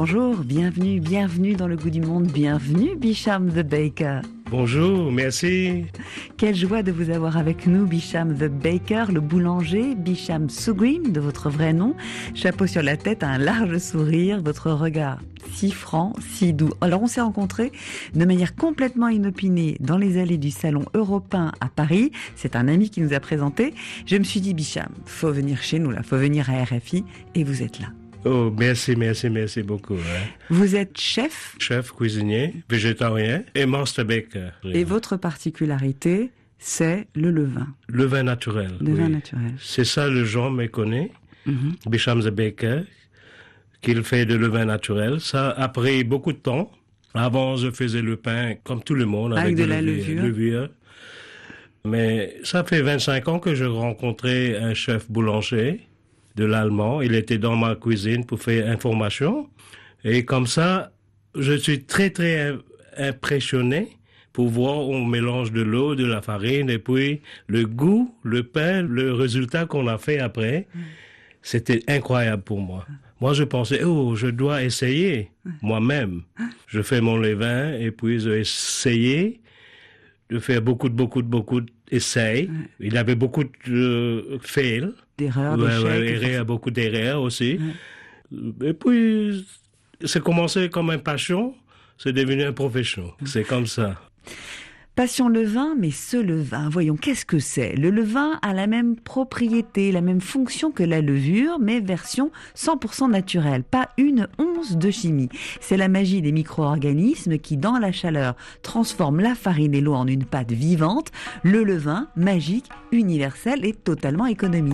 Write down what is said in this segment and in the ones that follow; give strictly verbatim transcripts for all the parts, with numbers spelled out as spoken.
bonjour, bienvenue, bienvenue dans le goût du monde, bienvenue Bicham the Baker. Bonjour, merci. Quelle joie de vous avoir avec nous, Bicham the Baker, le boulanger, Bicham Sougrim, de votre vrai nom. Chapeau sur la tête, un large sourire, votre regard si franc, si doux. Alors on s'est rencontrés de manière complètement inopinée dans les allées du salon européen à Paris. C'est un ami qui nous a présenté. Je me suis dit, Bicham, faut venir chez nous là, faut venir à R F I, et vous êtes là. Oh, merci, merci, merci beaucoup. Hein. Vous êtes chef Chef, cuisinier, végétarien et master baker. Et votre particularité, c'est le levain. Le vin naturel. Le oui. vin naturel. C'est ça, le gens méconnaît. Mm-hmm. Bicham the Baker, qu'il fait de levain naturel. Ça a pris beaucoup de temps. Avant, je faisais le pain comme tout le monde. Avec, avec de, de la levure. levure. Mais ça fait vingt-cinq ans que je rencontrais un chef boulanger de l'allemand. Il était dans ma cuisine pour faire information. Et comme ça, je suis très, très impressionné pour voir on mélange de l'eau, de la farine, et puis le goût, le pain, le résultat qu'on a fait après. Mm. C'était incroyable pour moi. Mm. Moi, je pensais, oh, je dois essayer mm. moi-même. Mm. Je fais mon levain, et puis j'ai essayé de faire beaucoup de, beaucoup de, beaucoup d'essais. Mm. Il y avait beaucoup de fails. D'erreurs, ouais, d'échecs. Ouais, erreurs, beaucoup d'erreurs aussi. Ouais. Et puis, c'est commencé comme une passion, c'est devenu une profession. C'est comme ça. Passion levain, mais ce levain, voyons, qu'est-ce que c'est ? Le levain a la même propriété, la même fonction que la levure, mais version cent pour cent naturelle, pas une once de chimie. C'est la magie des micro-organismes qui, dans la chaleur, transforment la farine et l'eau en une pâte vivante. Le levain, magique, universel et totalement économique.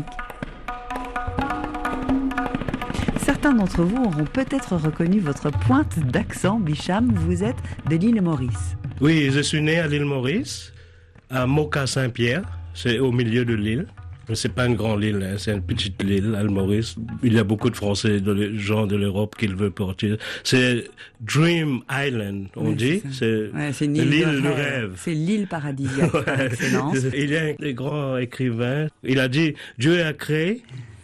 Certains d'entre vous auront peut-être reconnu votre pointe d'accent, Bicham. Vous êtes de l'île Maurice. Oui, je suis né à l'île Maurice, à Moka-Saint-Pierre. C'est au milieu de l'île. Mais c'est pas une grande île, hein, c'est une petite île, l'île Maurice. Il y a beaucoup de Français, de gens de l'Europe qui le veulent partir. C'est Dream Island, on oui, dit. C'est, c'est, ouais, c'est l'île de rêve. rêve. C'est l'île paradisiaque ouais. par excellence. Il y a un grand écrivain. Il a dit, Dieu a créé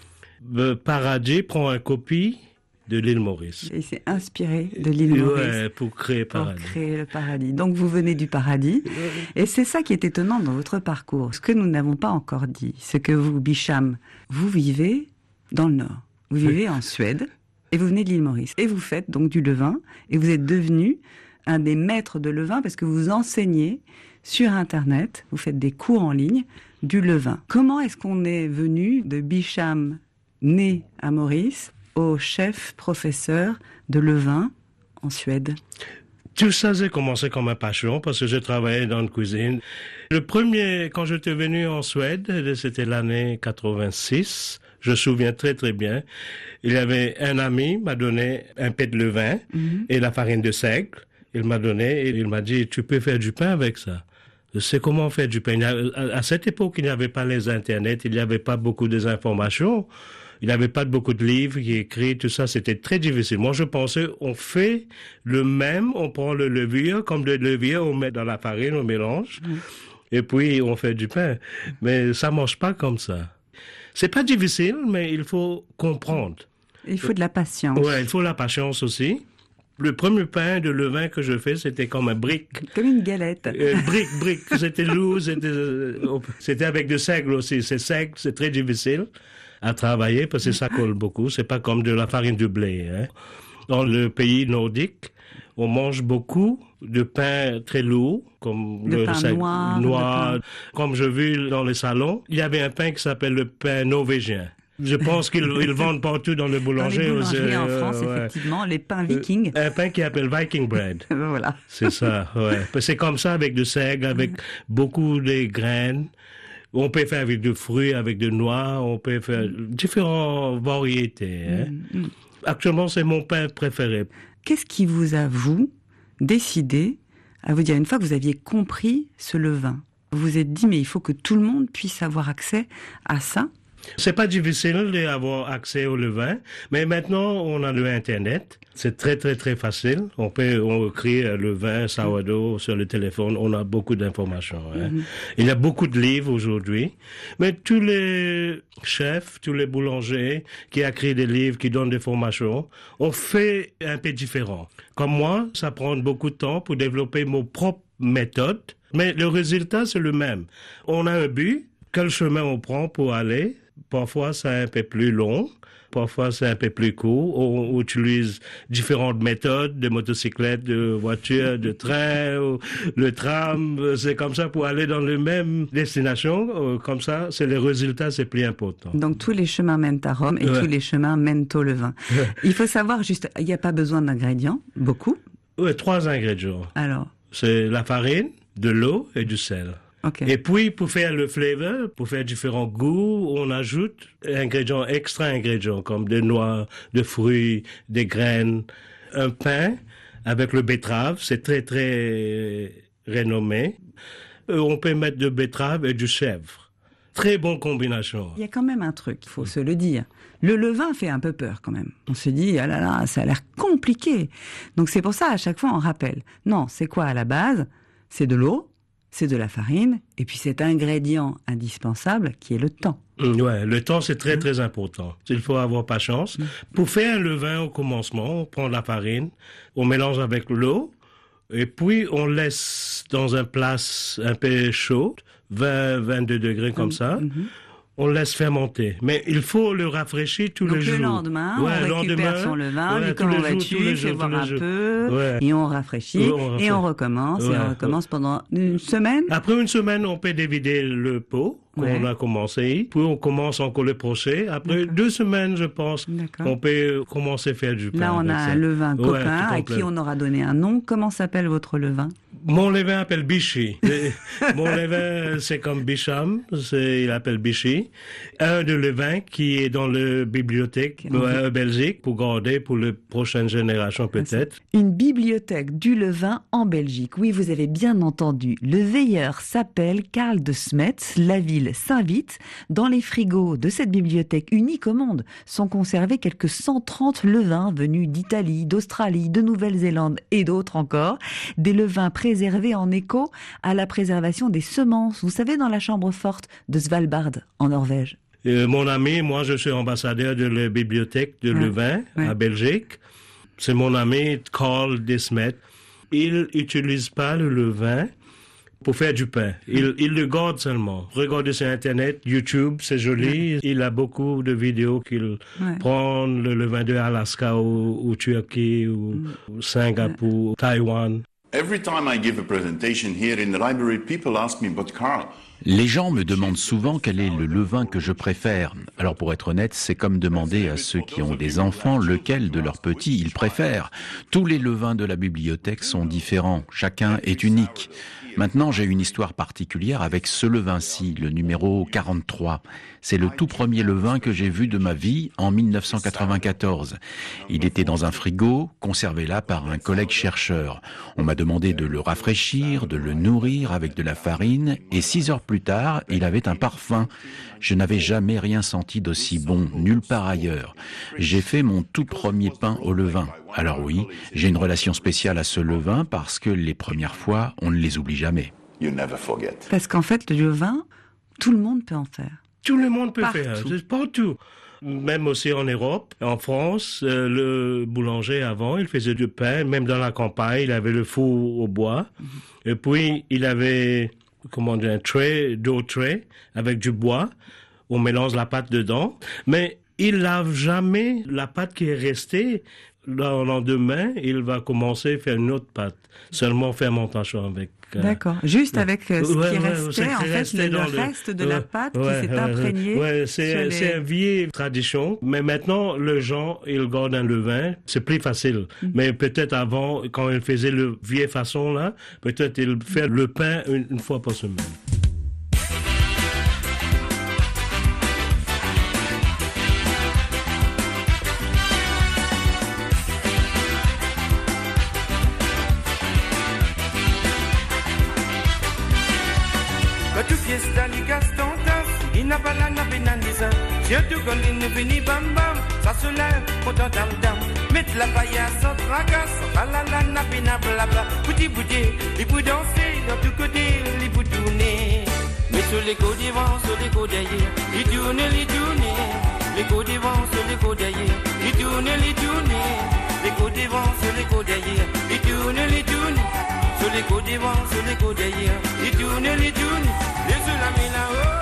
le paradis, prend une copie de l'île Maurice. Et c'est inspiré de l'île Maurice. Ouais, pour créer paradis. Pour créer le paradis. Donc vous venez du paradis. Et c'est ça qui est étonnant dans votre parcours. Ce que nous n'avons pas encore dit, c'est que vous, Bicham, vous vivez dans le Nord. Vous vivez en Suède et vous venez de l'île Maurice. Et vous faites donc du levain et vous êtes devenu un des maîtres de levain parce que vous enseignez sur Internet, vous faites des cours en ligne du levain. Comment est-ce qu'on est venu de Bicham, né à Maurice, au chef professeur de levain en Suède? Tout ça, j'ai commencé comme une passion parce que je travaillais dans la cuisine. Le premier, quand j'étais venu en Suède, c'était l'année quatre-vingt-six. Je me souviens très très bien. Il y avait un ami m'a donné un pet de levain mm-hmm. et la farine de seigle. Il m'a donné et il m'a dit, tu peux faire du pain avec ça. Je sais comment faire du pain. À cette époque, il n'y avait pas les internets, il n'y avait pas beaucoup d'informations. Il n'y avait pas beaucoup de livres qui écrits, tout ça, c'était très difficile. Moi, je pensais, on fait le même, on prend le levure, comme de levure, on met dans la farine, on mélange, mmh. et puis on fait du pain. Mais ça marche pas comme ça. C'est pas difficile, mais il faut comprendre. Il faut de la patience. Ouais, il faut la patience aussi. Le premier pain de levain que je fais, c'était comme un brique. Comme une galette. Euh, brique, brique. C'était lourd, c'était, c'était avec de seigle aussi. C'est seigle, c'est très difficile à travailler parce que ça colle beaucoup. C'est pas comme de la farine de blé. Hein. Dans le pays nordique, on mange beaucoup de pain très lourd, comme le, le pain seigle, noir. noir. Le pain... Comme je vis dans les salons, il y avait un pain qui s'appelle le pain norvégien. Je pense qu'ils ils vendent partout dans le boulanger. Dans les boulangeries en euh, France, ouais. effectivement, les pains vikings. Un pain qui s'appelle Viking bread. Voilà. C'est ça, ouais. C'est comme ça avec du seigle, avec beaucoup de graines. On peut faire avec de fruits, avec de noix, on peut faire différentes variétés. Hein. Mm. Actuellement, c'est mon pain préféré. Qu'est-ce qui vous a, vous, décidé à vous dire, une fois que vous aviez compris ce levain, vous vous êtes dit, mais il faut que tout le monde puisse avoir accès à ça? C'est pas difficile d'avoir accès au levain, mais maintenant on a le Internet. C'est très très très facile. On peut on écrit levain, sourdough sur le téléphone. On a beaucoup d'informations. Hein. Mm-hmm. Il y a beaucoup de livres aujourd'hui, mais tous les chefs, tous les boulangers qui écrivent des livres, qui donnent des formations, ont fait un peu différent. Comme moi, ça prend beaucoup de temps pour développer mon propre méthode, mais le résultat c'est le même. On a un but. Quel chemin on prend pour aller? Parfois, c'est un peu plus long. Parfois, c'est un peu plus court. On utilise différentes méthodes, de motocyclettes, de voitures, de train, le tram. C'est comme ça pour aller dans la même destination. Comme ça, c'est le résultat, c'est plus important. Donc, tous les chemins mènent à Rome et ouais. tous les chemins mènent au levain. Ouais. Il faut savoir juste, il n'y a pas besoin d'ingrédients, beaucoup. Oui, trois ingrédients. Alors? C'est la farine, de l'eau et du sel. Okay. Et puis, pour faire le flavor, pour faire différents goûts, on ajoute ingrédients, extra ingrédients, comme des noix, des fruits, des graines, un pain avec le betterave, c'est très, très renommé. On peut mettre de betterave et du chèvre. Très bonne combinaison. Il y a quand même un truc, il faut se le dire. Le levain fait un peu peur quand même. On se dit, ah là là, ça a l'air compliqué. Donc c'est pour ça, à chaque fois, on rappelle. Non, c'est quoi à la base? C'est de l'eau. C'est de la farine, et puis cet ingrédient indispensable qui est le temps. Ouais, le temps c'est très très important. Il faut avoir patience. Mmh. Pour faire un levain au commencement, on prend la farine, on mélange avec l'eau, et puis on laisse dans un place un peu chaud, vingt à vingt-deux degrés comme mmh. ça. Mmh. On laisse fermenter. Mais il faut le rafraîchir tous Donc les jours. Donc le lendemain, ouais, on récupère lendemain, son levain, ouais, dit comment vas-tu, fais voir un peu, ouais. et on rafraîchit, ouais, on et on recommence, ouais. et on recommence pendant une semaine. Après une semaine, on peut dévider le pot qu'on ouais. a commencé, puis on commence encore le procès. Après D'accord. deux semaines, je pense, D'accord. on peut commencer à faire du pain. Là, on a un levain copain, ouais, à qui on aura donné un nom. Comment s'appelle votre levain? Mon levain s'appelle Bichy. Mon levain, c'est comme Bicham, c'est, il appelle Bichy. Un de levain qui est dans la bibliothèque en okay. Belgique pour garder pour les prochaines générations peut-être. Une bibliothèque du levain en Belgique. Oui, vous avez bien entendu. Le veilleur s'appelle Karl de Smet. La ville s'invite. Dans les frigos de cette bibliothèque unique au monde sont conservés quelques cent trente levains venus d'Italie, d'Australie, de Nouvelle-Zélande et d'autres encore. Des levains préservés en écho à la préservation des semences. Vous savez, dans la chambre forte de Svalbard, en Norvège. Euh, mon ami, moi je suis ambassadeur de la bibliothèque de ouais, levain ouais. à Belgique. C'est mon ami Karl de Smet. Il n'utilise pas le levain pour faire du pain. Il, il le garde seulement. Regardez sur Internet, YouTube, c'est joli. Ouais. Il a beaucoup de vidéos qu'il ouais. prend le levain de Alaska ou, ou Turquie ou, mm. ou Singapour, ouais. Taïwan. Every time I give a presentation here in the library, people ask me, but Karl. Les gens me demandent souvent quel est le levain que je préfère. Alors pour être honnête, c'est comme demander à ceux qui ont des enfants lequel de leurs petits ils préfèrent. Tous les levains de la bibliothèque sont différents, chacun est unique. Maintenant, j'ai une histoire particulière avec ce levain-ci, le numéro quarante-trois. C'est le tout premier levain que j'ai vu de ma vie en mille neuf cent quatre-vingt-quatorze. Il était dans un frigo, conservé là par un collègue chercheur. On m'a demandé de le rafraîchir, de le nourrir avec de la farine, et six heures plus tard, il avait un parfum. Je n'avais jamais rien senti d'aussi bon, nulle part ailleurs. J'ai fait mon tout premier pain au levain. Alors oui, j'ai une relation spéciale à ce levain parce que les premières fois, on ne les oublie jamais. Parce qu'en fait, le levain, tout le monde peut en faire. Tout le monde peut partout. faire, c'est partout. Même aussi en Europe, en France, euh, le boulanger avant, il faisait du pain, même dans la campagne, il avait le four au bois. Mm-hmm. Et puis, il avait, comment dire, un tray, d'eau tray, avec du bois. On mélange la pâte dedans. Mais il lave jamais la pâte qui est restée. Le lendemain, il va commencer à faire une autre pâte. Seulement fermentation avec... Euh, D'accord. Juste avec euh, ce ouais, qui ouais, restait, en fait, le, le reste de ouais, la pâte ouais, qui s'est ouais, imprégné. Ouais, c'est, les... c'est une vieille tradition. Mais maintenant, les gens, ils gardent un levain. C'est plus facile. Mm. Mais peut-être avant, quand ils faisaient le vieille façon, là, peut-être ils faisaient le pain une, une fois par semaine. Tu fiesta ligas tontas y Ina balana binanisa, surtout quand il ne finit bam bam, ça se lève, autant tam tam. Mettre la paillasse sans tracasse, balala napina blabla, bouti bouti, il peut danser dans tous côtés, il peut tourner. Mais sur les côtés devant, sur les côtés derrière, il tourne, il tourne. Les côtés devant, sur les côtés derrière, il tourne, il tourne. Les côtés devant, sur les côtés derrière, il tourne, il tourne. Sur les côtés devant, sur les côtés derrière, il tourne, il tourne. Les sur la main là-haut.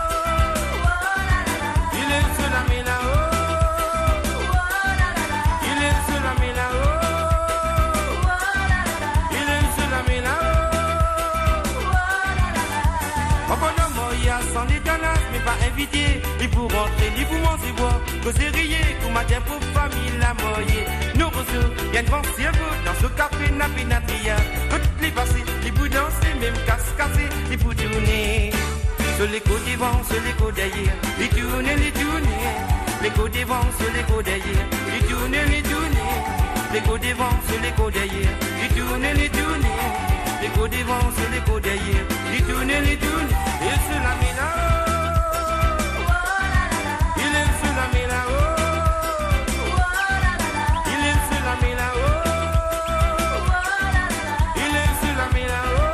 Il est sur la main là-haut. Il est sur la main là-haut. Il est sur la main là-haut. Encore il y a sans les danas, mais pas invité. Il pour rentrer, il pour manger boire. Que c'est rier, pour matin pour famille la moyer. Nous ressources, il y a une vente dans ce café napinatria. Toutes les passées, il pour danser, même casse-cassé, il pour tourner. Sur les côtés devant, sur les côtés derrière, il tourne, il tourne. Les côtés devant, sur les côtés derrière, il tourne, il tourne. Les côtés devant, sur les côtés derrière, il tourne, il tourne. Les côtés devant, sur les côtés derrière, il tourne, il tourne. Et sur la main là-haut, il est sur la main là-haut. Il est sur la main là-haut. Il est sur la main là-haut.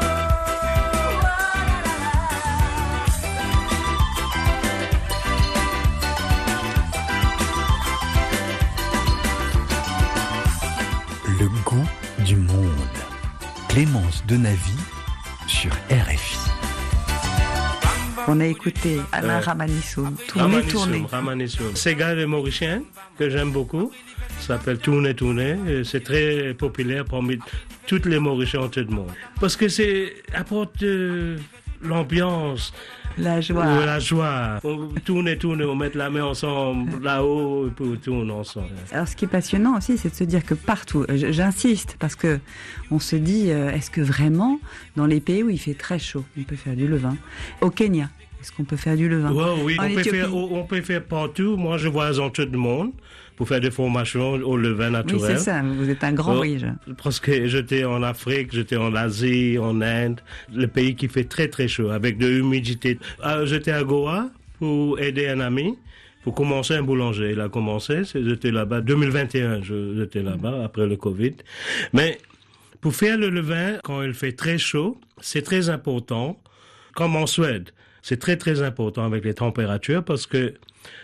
Le goût du monde. Clémence Denavi sur R F I. On a écouté Alain Ouais. Ramanissoum, Tourner, tourner. Ramanissoum. C'est un gars de Mauricien que j'aime beaucoup. Ça s'appelle Tourner, tourner. Et c'est très populaire parmi toutes les Mauriciens tout le monde. Parce que c'est apporte euh, l'ambiance. La joie. Ouais, la joie. On tourne, tourne, on met la main ensemble là-haut et puis on tourne ensemble. Alors, ce qui est passionnant aussi, c'est de se dire que partout, j'insiste, parce que on se dit, euh, est-ce que vraiment, dans les pays où il fait très chaud, on peut faire du levain? Au Kenya, est-ce qu'on peut faire du levain? Ouais, oui, En on peut, Éthiopie. faire, on, on peut faire partout. Moi, je voyage dans tout le monde pour faire des formations au levain Oui, naturel. c'est ça, vous êtes un grand Oh, voyageur. Parce que j'étais en Afrique, j'étais en Asie, en Inde, le pays qui fait très très chaud, avec de l'humidité. Ah, j'étais à Goa pour aider un ami, pour commencer un boulanger. Il a commencé, c'est- j'étais là-bas, deux mille vingt et un, je- j'étais là-bas, après le Covid. Mais pour faire le levain, quand il fait très chaud, c'est très important, comme en Suède. C'est très très important avec les températures, parce que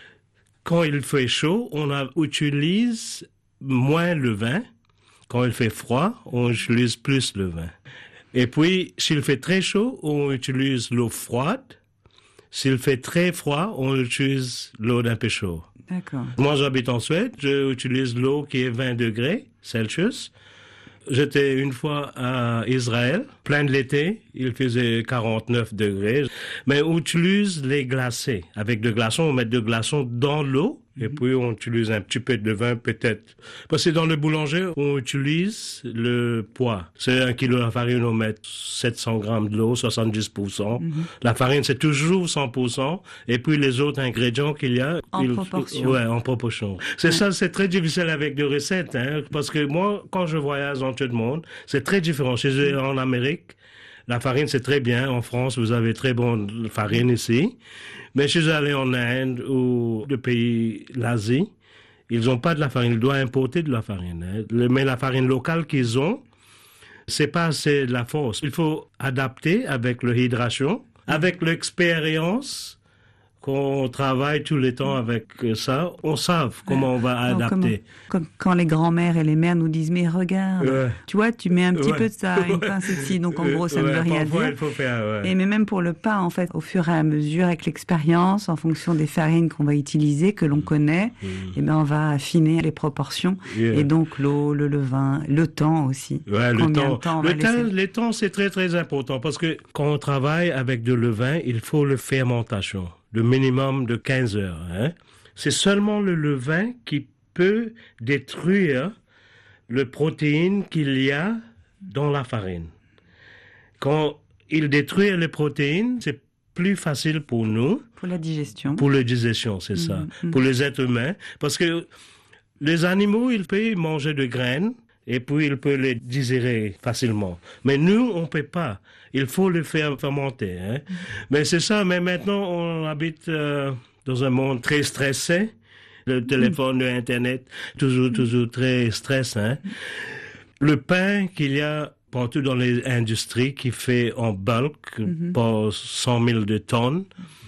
quand il fait chaud, on a, utilise moins le vin. Quand il fait froid, on utilise plus le vin. Et puis, s'il fait très chaud, on utilise l'eau froide. S'il fait très froid, on utilise l'eau d'un peu chaude. D'accord. Moi, j'habite en Suède, j'utilise l'eau qui est vingt degrés Celsius. J'étais une fois à Israël, plein de l'été, il faisait quarante-neuf degrés. Mais on utilise les glacés. Avec de glaçons, on met de glaçons dans l'eau. Et puis, on utilise un petit peu de vin, peut-être. Parce que dans le boulanger, on utilise le poids. C'est un kilo de farine, on met sept cents grammes de l'eau, soixante-dix pour cent. Mm-hmm. La farine, c'est toujours cent pour cent. Et puis, les autres ingrédients qu'il y a... En il, proportion. Ouais, en proportion. C'est ouais. ça, c'est très difficile avec des recettes, hein. Parce que moi, quand je voyage dans tout le monde, c'est très différent. Chez eux, en Amérique, la farine, c'est très bien. En France, vous avez très bonne farine ici. Mais si je allé en Inde ou de pays, l'Asie, ils n'ont pas de la farine. Ils doivent importer de la farine. Hein. Mais la farine locale qu'ils ont, c'est pas assez de la force. Il faut adapter avec l'hydration, avec l'expérience. Qu'on travaille tout le temps avec ça, on sait comment on va non, adapter. Comme quand les grands-mères et les mères nous disent, mais regarde, ouais. tu vois, tu mets un petit ouais. peu de ça, une pince ici, donc en gros, ça ouais, ne veut rien dire. Il faut faire, ouais. Et mais même pour le pain, en fait, au fur et à mesure, avec l'expérience, en fonction des farines qu'on va utiliser, que l'on connaît, mm. et ben on va affiner les proportions. Yeah. Et donc l'eau, le levain, le temps aussi. Ouais, le temps. temps le, temps le temps, c'est très très important parce que quand on travaille avec de levain, il faut le fermentation. Le minimum de quinze heures. Hein. C'est seulement le levain qui peut détruire le protéine qu'il y a dans la farine. Quand il détruit les protéines, c'est plus facile pour nous. Pour la digestion. Pour la digestion, c'est mmh, ça. Mmh. Pour les êtres humains. Parce que les animaux, ils peuvent manger de graines et puis il peut les digérer facilement. Mais nous, on ne peut pas. Il faut le faire fermenter. Hein. Mm. Mais c'est ça, mais maintenant, on habite euh, dans un monde très stressé. Le téléphone, mm. l'Internet, toujours, toujours très stressant. Hein. Le pain qu'il y a partout dans les industries qui fait en bulk, mm-hmm. pour cent mille de tonnes,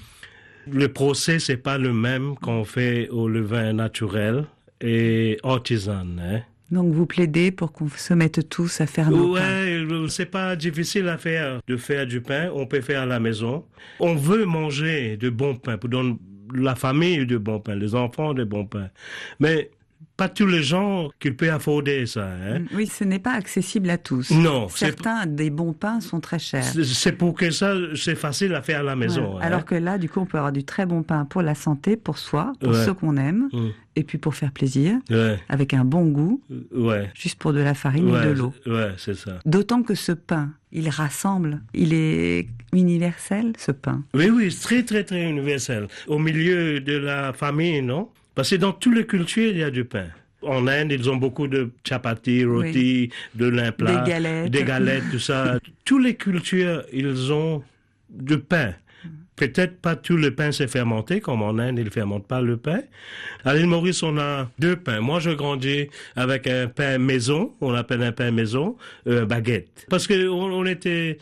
le procès, c'est pas le même qu'on fait au levain naturel et artisan. Hein. Donc vous plaidez pour qu'on se mette tous à faire nos ouais, pains. Ouais, c'est pas difficile à faire de faire du pain. On peut faire à la maison. On veut manger de bon pain pour donner la famille de bon pain, les enfants de bon pain. Mais pas tous les gens qui peuvent afforder ça. Hein. Oui, ce n'est pas accessible à tous. Non. Certains des bons pains sont très chers. C'est, c'est pour que ça, c'est facile à faire à la maison. Ouais. Hein. Alors que là, du coup, on peut avoir du très bon pain pour la santé, pour soi, pour ouais. ceux qu'on aime, mmh. et puis pour faire plaisir, ouais. avec un bon goût, ouais. juste pour de la farine ouais, et de l'eau. Ouais, c'est ça. D'autant que ce pain, il rassemble, il est universel, ce pain. Oui, oui, c'est très, très, très universel. Au milieu de la famille, non? Parce que dans toutes les cultures, il y a du pain. En Inde, ils ont beaucoup de chapati, roti, oui. de lin plat, des galettes, des galettes, tout ça. Toutes les cultures, ils ont du pain. Peut-être pas tout le pain s'est fermenté, comme en Inde, ils ne fermentent pas le pain. À l'île Maurice, on a deux pains. Moi, je grandis avec un pain maison, on appelle un pain maison, euh, baguette. Parce que on, on était...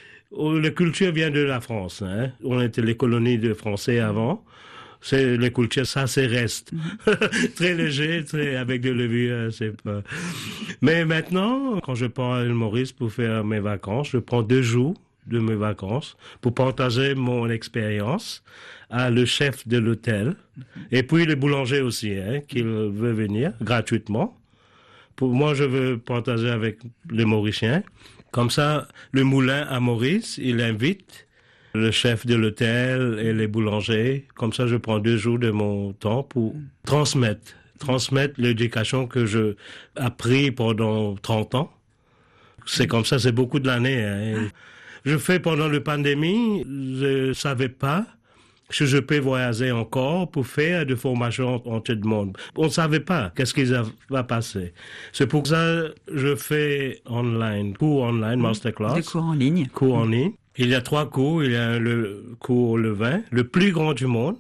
La culture vient de la France. Hein. On était les colonies de Français avant. C'est les cultures, ça, c'est reste. Mm-hmm. Très léger, très, avec de levure, c'est pas... Mais maintenant, quand je pars à l'île Maurice pour faire mes vacances, je prends deux jours de mes vacances pour partager mon expérience à le chef de l'hôtel et puis le boulanger aussi, hein, qui veut venir gratuitement. Pour moi, je veux partager avec les Mauriciens. Comme ça, le moulin à Maurice, il invite le chef de l'hôtel et les boulangers. Comme ça, je prends deux jours de mon temps pour transmettre, transmettre l'éducation que j'ai appris pendant trente ans. C'est comme ça, c'est beaucoup de l'année. Hein. Je fais pendant la pandémie, je savais pas que je peux voyager encore pour faire des formations en tout le monde. On ne savait pas qu'est-ce qui va passer. C'est pour ça que je fais online, cours online, masterclass. Des cours en ligne. Cours en ligne. Il y a trois cours. Il y a le cours au levain, le plus grand du monde.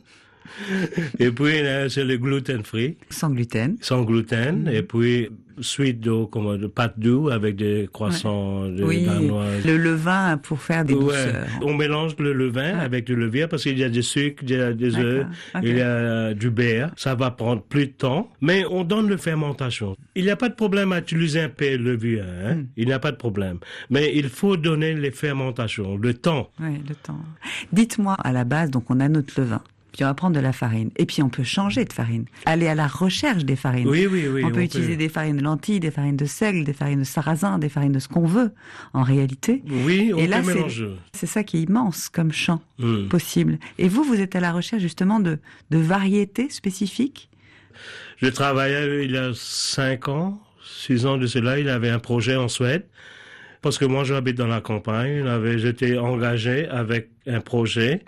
Et puis, c'est le gluten-free. Sans gluten. Sans gluten. Mmh. Et puis, suite de, comme, de pâte douce avec des croissants ouais. de oui, danoise. Le levain pour faire des ouais. douceurs. On mélange le levain ouais. avec du levure parce qu'il y a du sucre, il y a des œufs, okay. il y a du beurre. Ça va prendre plus de temps, mais on donne la fermentation. Il n'y a pas de problème à utiliser un peu de levure. Hein? Mm. Il n'y a pas de problème. Mais il faut donner les fermentations, le temps. Oui, le temps. Dites-moi, à la base, donc on a notre levain. Puis on va prendre de la farine. Et puis on peut changer de farine. Aller à la recherche des farines. Oui, oui, oui. On peut on utiliser peut... des farines de lentilles, des farines de seigle, des farines de sarrasin, des farines de ce qu'on veut, en réalité. Oui, on Et là, peut mélanger. C'est, c'est ça qui est immense comme champ mm. possible. Et vous, vous êtes à la recherche justement de, de variétés spécifiques? Je travaillais il y a cinq ans, six ans de cela. Il y avait un projet en Suède. Parce que moi, j'habite dans la campagne. J'étais engagé avec un projet.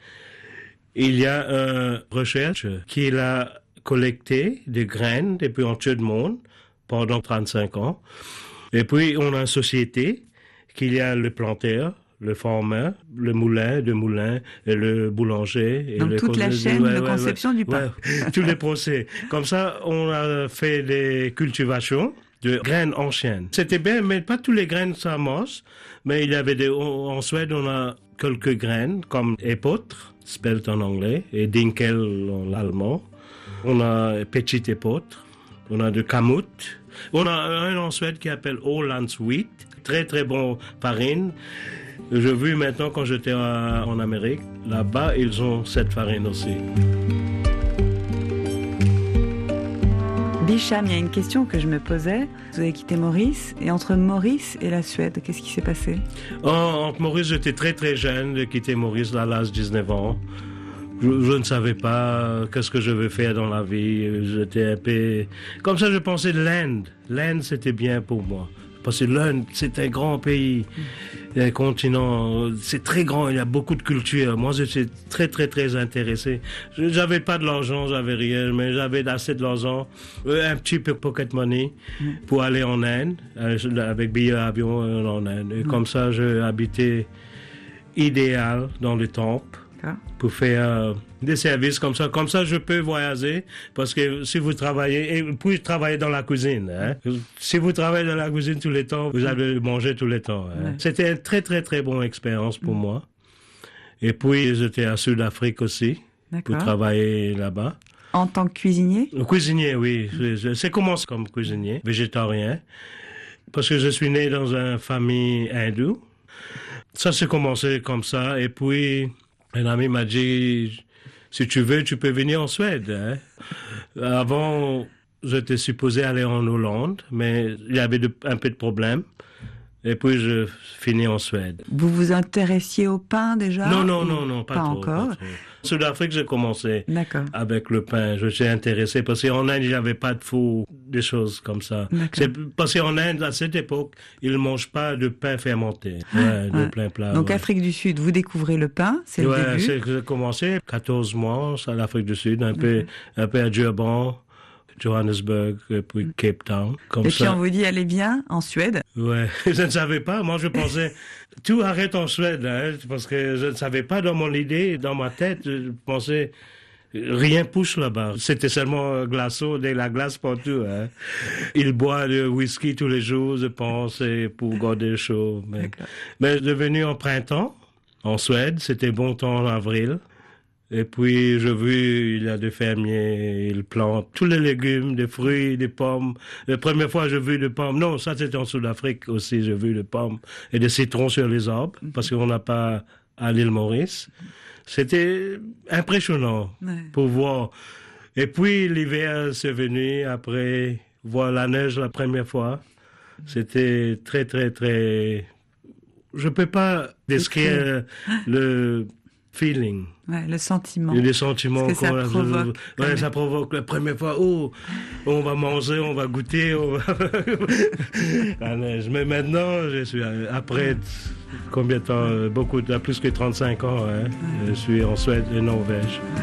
Il y a une recherche qui a collecté des graines depuis en tout le monde pendant trente-cinq ans. Et puis, on a une société qui y a le planteur, le farmer, le moulin, le moulin, et le boulanger. Et Donc, le toute la chaîne ouais, de ouais, conception ouais, du pain. Ouais, tous les procès. Comme ça, on a fait des cultivations de graines en chaîne. C'était bien, mais pas tous les graines s'amassent. Mais il y avait des, en Suède, on a quelques graines, comme épeautre, spelt en anglais, et dinkel en allemand. On a petit épeautre, on a de kamut. On a un en Suède qui s'appelle Ålands Wheat, très très bon farine. J'ai vu maintenant quand j'étais en Amérique, là-bas, ils ont cette farine aussi. Bicham, il y a une question que je me posais. Vous avez quitté Maurice, et entre Maurice et la Suède, qu'est-ce qui s'est passé? oh, Entre Maurice, j'étais très très jeune de quitter Maurice à l'âge de dix-neuf ans. Je, je ne savais pas qu'est-ce que je vais faire dans la vie. J'étais un peu... Comme ça, je pensais l'Inde. L'Inde, c'était bien pour moi. Parce que l'Inde, c'est un grand pays. les continents, c'est très grand, il y a beaucoup de cultures. Moi, j'étais très, très, très intéressé. J'avais pas de l'argent, j'avais rien, mais j'avais assez de l'argent, un petit peu pocket money pour aller en Inde, avec billet d'avion en Inde. Et comme ça, j'ai habité idéal dans le temple pour faire euh, des services comme ça. Comme ça, je peux voyager parce que si vous travaillez, et puis travailler dans la cuisine, hein, si vous travaillez dans la cuisine tous les temps, vous allez manger tous les temps. Hein. Ouais. C'était une très, très, très bonne expérience pour mmh. moi. Et puis, j'étais à Sud-Afrique aussi pour travailler là-bas. En tant que cuisinier? Cuisinier, oui. Mmh. C'est commencé comme cuisinier, végétarien, parce que je suis né dans une famille hindoue. Ça s'est commencé comme ça, et puis un ami m'a dit, si tu veux, tu peux venir en Suède. Hein. Avant, j'étais supposé aller en Hollande, mais il y avait de, un peu de problèmes. Et puis, je finis en Suède. Vous vous intéressiez au pain déjà? Non, non, non, non, pas, pas trop, encore. Pas trop. Sud-Afrique, j'ai commencé avec le pain. Je suis intéressé parce qu'en Inde, il n'y avait pas de four, des choses comme ça. C'est parce qu'en Inde, à cette époque, ils ne mangent pas de pain fermenté, ouais, de ouais. plein plat. Donc, ouais. Afrique du Sud, vous découvrez le pain, c'est ouais, le début. C'est, j'ai commencé quatorze mois à l'Afrique du Sud, un peu, un peu à Durban, Johannesburg, et puis Cape Town. Comme et ça. puis on vous dit, allez bien, en Suède? Ouais, je ne savais pas. Moi, je pensais, tout arrête en Suède, hein, parce que je ne savais pas dans mon idée, dans ma tête, je pensais, rien pousse là-bas. C'était seulement glaçon, de la glace partout. Hein. Il boit du whisky tous les jours, je pense, et pour garder chaud. Mais, mais devenu en printemps, en Suède, c'était bon temps en avril. Et puis, j'ai vu, il y a des fermiers, ils plantent tous les légumes, des fruits, des pommes. La première fois, j'ai vu des pommes. Non, ça, c'était en Sud-Afrique aussi, j'ai vu des pommes et des citrons sur les arbres, parce qu'on n'a pas à l'île Maurice. C'était impressionnant ouais. pour voir. Et puis, l'hiver, c'est venu après voir la neige la première fois. C'était très, très, très... Je peux pas décrire le feeling. Ouais, le sentiment. Et les sentiments. Parce que ça provoque. Je, ouais, ça provoque. La première fois, oh, on va manger, on va goûter. On va... la neige. Mais maintenant, je suis après combien de temps, beaucoup, plus que trente-cinq ans, hein, ouais. Je suis en Suède et Norvège. Ouais.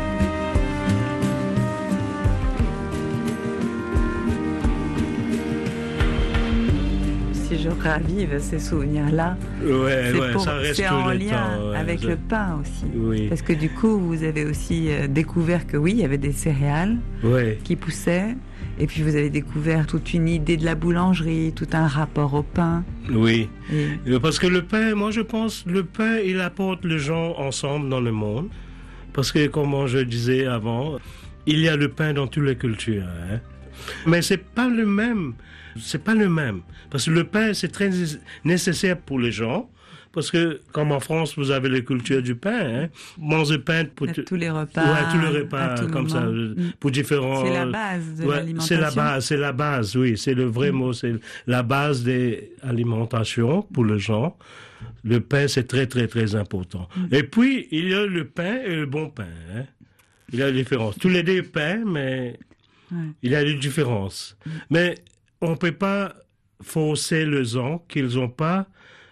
Je ravive ces souvenirs-là. Ouais, c'est ouais, pour, ça reste c'est en lien temps, ouais, avec je... le pain aussi. Oui. Parce que du coup, vous avez aussi euh, découvert que oui, il y avait des céréales ouais. qui poussaient. Et puis vous avez découvert toute une idée de la boulangerie, tout un rapport au pain. Oui. Et... Parce que le pain, moi je pense, le pain, il apporte les gens ensemble dans le monde. Parce que, comme je disais avant, il y a le pain dans toutes les cultures. Hein. Mais c'est pas le même. C'est pas le même. Parce que le pain, c'est très nécessaire pour les gens. Parce que, comme en France, vous avez la culture du pain. Hein. Manger pain pour... À tous les repas. Ouais, tous les repas, comme moment. Ça. Pour différents... C'est la base de ouais, l'alimentation. C'est la base, c'est la base, oui. C'est le vrai mmh. mot. C'est la base des alimentations pour les gens. Le pain, c'est très, très, très important. Mmh. Et puis, il y a le pain et le bon pain. Hein. Il y a une différence. Tous les deux pains, mais ouais. il y a des différences. Mmh. Mais... on ne peut pas forcer les gens qu'ils n'ont pas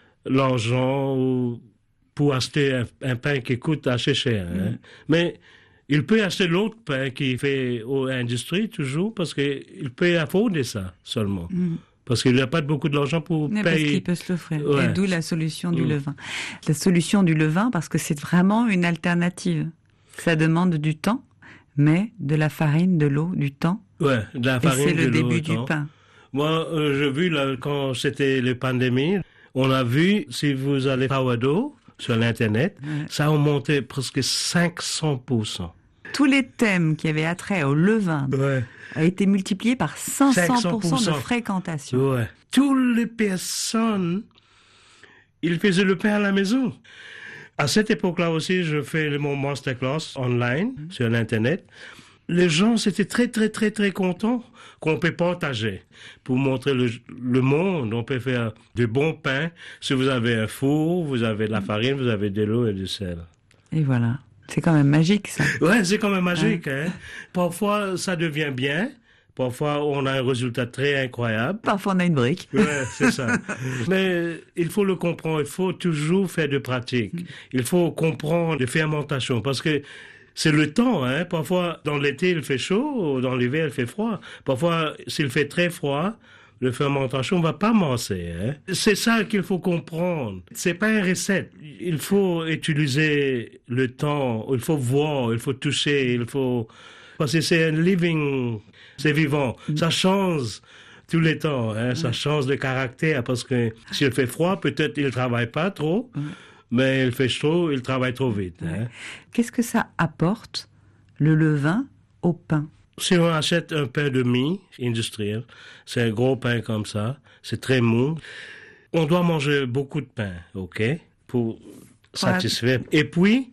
l'argent pour acheter un, un pain qui coûte assez cher. Hein. Mm. Mais il peut acheter l'autre pain qui fait aux industries toujours parce qu'il peut afforder ça seulement. Mm. Parce qu'il n'y a pas beaucoup d'argent pour Mais payer. Parce qu'il peut se l'offrir. Ouais. Et d'où la solution du mm. levain. La solution du levain parce que c'est vraiment une alternative. Ça demande du temps, mais de la farine, de l'eau, du temps. Ouais, de la farine, et c'est de le l'eau, début du temps. pain. Moi, euh, j'ai vu, là, quand c'était les pandémies, on a vu, si vous allez Sourdough sur l'Internet, ouais. ça a monté presque cinq cents pour cent. Tous les thèmes qui avaient attrait au levain ouais. a été multiplié par cinq cents pour cent de fréquentation. Ouais. Toutes les personnes, ils faisaient le pain à la maison. À cette époque-là aussi, je fais mon masterclass online mmh. sur l'Internet. Les gens, c'était très, très, très, très contents qu'on peut partager pour montrer le, le monde. On peut faire du bon pain. Si vous avez un four, vous avez de la farine, vous avez de l'eau et du sel. Et voilà. C'est quand même magique, ça. Ouais, c'est quand même magique. Ouais. Hein. Parfois, ça devient bien. Parfois, on a un résultat très incroyable. Parfois, on a une brique. Ouais, c'est ça. Mais il faut le comprendre. Il faut toujours faire de pratique. Il faut comprendre les fermentations parce que c'est le temps, hein. Parfois, dans l'été, il fait chaud, dans l'hiver, il fait froid. Parfois, s'il fait très froid, la fermentation va pas masser, hein. C'est ça qu'il faut comprendre. C'est pas une recette. Il faut utiliser le temps, il faut voir, il faut toucher, il faut... Parce que c'est un living, c'est vivant. Ça change tous les temps, hein. Ça change de caractère parce que s'il fait froid, peut-être il travaille pas trop. Mais il fait chaud, il travaille trop vite. Hein. Ouais. Qu'est-ce que ça apporte, le levain, au pain? Si on achète un pain de mie industriel, c'est un gros pain comme ça, c'est très mou. On doit manger beaucoup de pain, ok, pour satisfaire. Ouais. Et puis,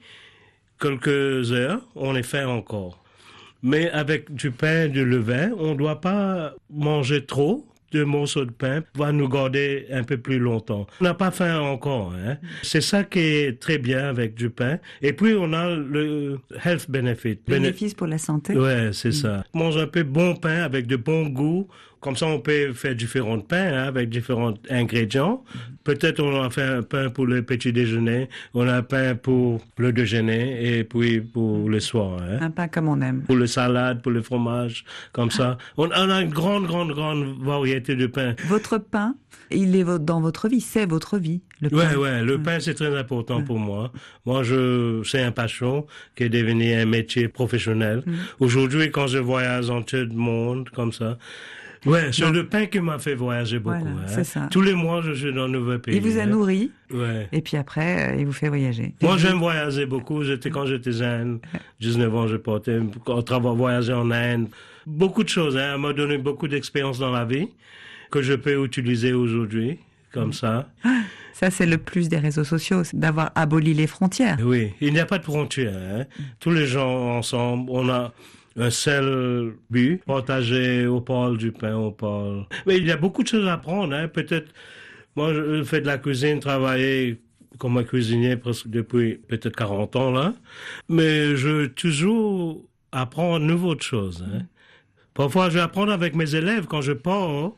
quelques heures, on est faim encore. Mais avec du pain, du levain, on ne doit pas manger trop. Deux morceaux de pain va nous garder un peu plus longtemps. On n'a pas faim encore, hein. C'est ça qui est très bien avec du pain. Et puis, on a le health benefit. Bénéfice pour la santé. Ouais, c'est mmh. ça. Mange un peu bon pain avec de bon goût. Comme ça, on peut faire différents pains, hein, avec différents ingrédients. Mmh. Peut-être on a fait un pain pour le petit déjeuner, on a un pain pour le déjeuner et puis pour le soir. Hein. Un pain comme on aime. Pour le salade, pour le fromage, comme ça. On, on a une grande, grande, grande variété de pain. Votre pain, il est dans votre vie, c'est votre vie, le pain. Ouais, ouais, le ouais. pain c'est très important ouais. pour moi. Moi, je, c'est un passion qui est devenu un métier professionnel. Mmh. Aujourd'hui, quand je voyage dans tout le monde, comme ça, ouais, c'est le pain qui m'a fait voyager beaucoup. Voilà, hein. C'est ça. Tous les mois, je suis dans un nouveau pays. Il vous a hein. nourri. Ouais. Et puis après, euh, il vous fait voyager. Moi, j'aime voyager beaucoup. J'étais, quand j'étais jeune, dix-neuf ans, je portais, on travaille, voyager en Inde. Beaucoup de choses, hein. Ça m'a donné beaucoup d'expérience dans la vie que je peux utiliser aujourd'hui, comme ça. Ça, c'est le plus des réseaux sociaux, c'est d'avoir aboli les frontières. Oui, il n'y a pas de frontières, hein. Tous les gens ensemble, on a un seul but, partager, on parle du pain, on parle... Mais il y a beaucoup de choses à apprendre, hein. Peut-être, moi, je fais de la cuisine, travailler comme un cuisinier presque depuis peut-être quarante ans, là. Mais je toujours apprends de nouvelles choses, hein. Parfois, je vais apprendre avec mes élèves quand je pars.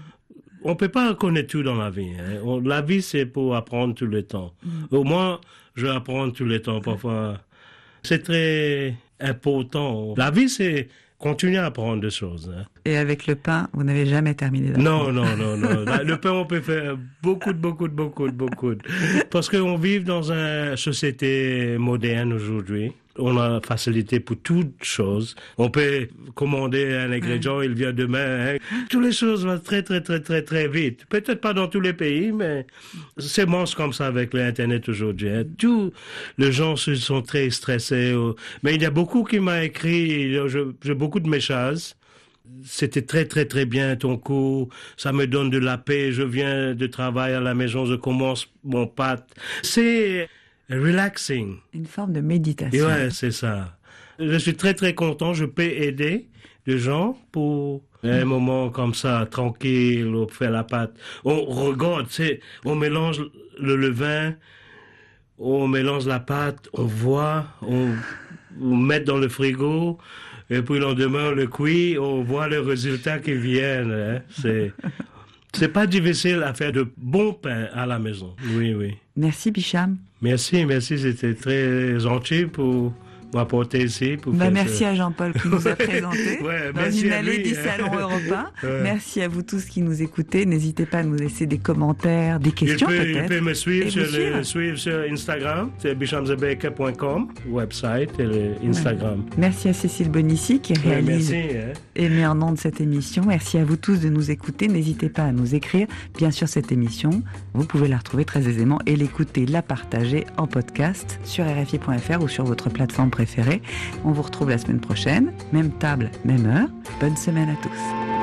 On peut pas connaître tout dans la vie, hein. On, la vie, c'est pour apprendre tout le temps. Au moins, je vais apprendre tout le temps. Parfois, c'est très important. La vie, c'est continuer à apprendre des choses. Hein. Et avec le pain, vous n'avez jamais terminé d'apprendre. Non, non, non, non. Le pain, on peut faire beaucoup, de, beaucoup, de, beaucoup, de, beaucoup. De. Parce qu'on vit dans une société moderne aujourd'hui. On a facilité pour toutes choses. On peut commander un ingrédient, il vient demain. Hein. Toutes les choses vont très, très, très, très, très vite. Peut-être pas dans tous les pays, mais c'est monstre comme ça avec l'Internet aujourd'hui. Hein. Tous les gens se sont très stressés. Mais il y a beaucoup qui m'ont écrit, j'ai beaucoup de messages. C'était très, très, très bien ton cours. Ça me donne de la paix. Je viens de travailler à la maison, je commence mon pâte. C'est... relaxing. Une forme de méditation. Ouais, c'est ça. Je suis très, très content. Je peux aider les gens pour un moment comme ça, tranquille, on fait la pâte. On regarde, c'est, on mélange le levain, on mélange la pâte, on voit, on, on met dans le frigo, et puis le lendemain, on le cuit, on voit les résultats qui viennent. Hein. C'est... C'est pas difficile à faire de bon pain à la maison. Oui, oui. Merci, Bicham. Merci, merci. C'était très gentil pour m'apporter ici. Pour bah, merci ce... à Jean-Paul qui nous a présenté ouais, dans une allée lui, du hein. Salon Europa. Ouais. Merci à vous tous qui nous écoutez. N'hésitez pas à nous laisser des commentaires, des questions il peut, peut-être. Il peut me suivre, sur, suivre. le, suivre sur Instagram. C'est bicham the baker point com, website et le Instagram. Ouais. Merci à Cécile Bonissi qui réalise ouais, merci, hein. et met en onde cette émission. Merci à vous tous de nous écouter. N'hésitez pas à nous écrire. Bien sûr, cette émission, vous pouvez la retrouver très aisément et l'écouter, la partager en podcast sur R F I point F R ou sur votre plateforme préférée. On vous retrouve la semaine prochaine, même table, même heure. Bonne semaine à tous.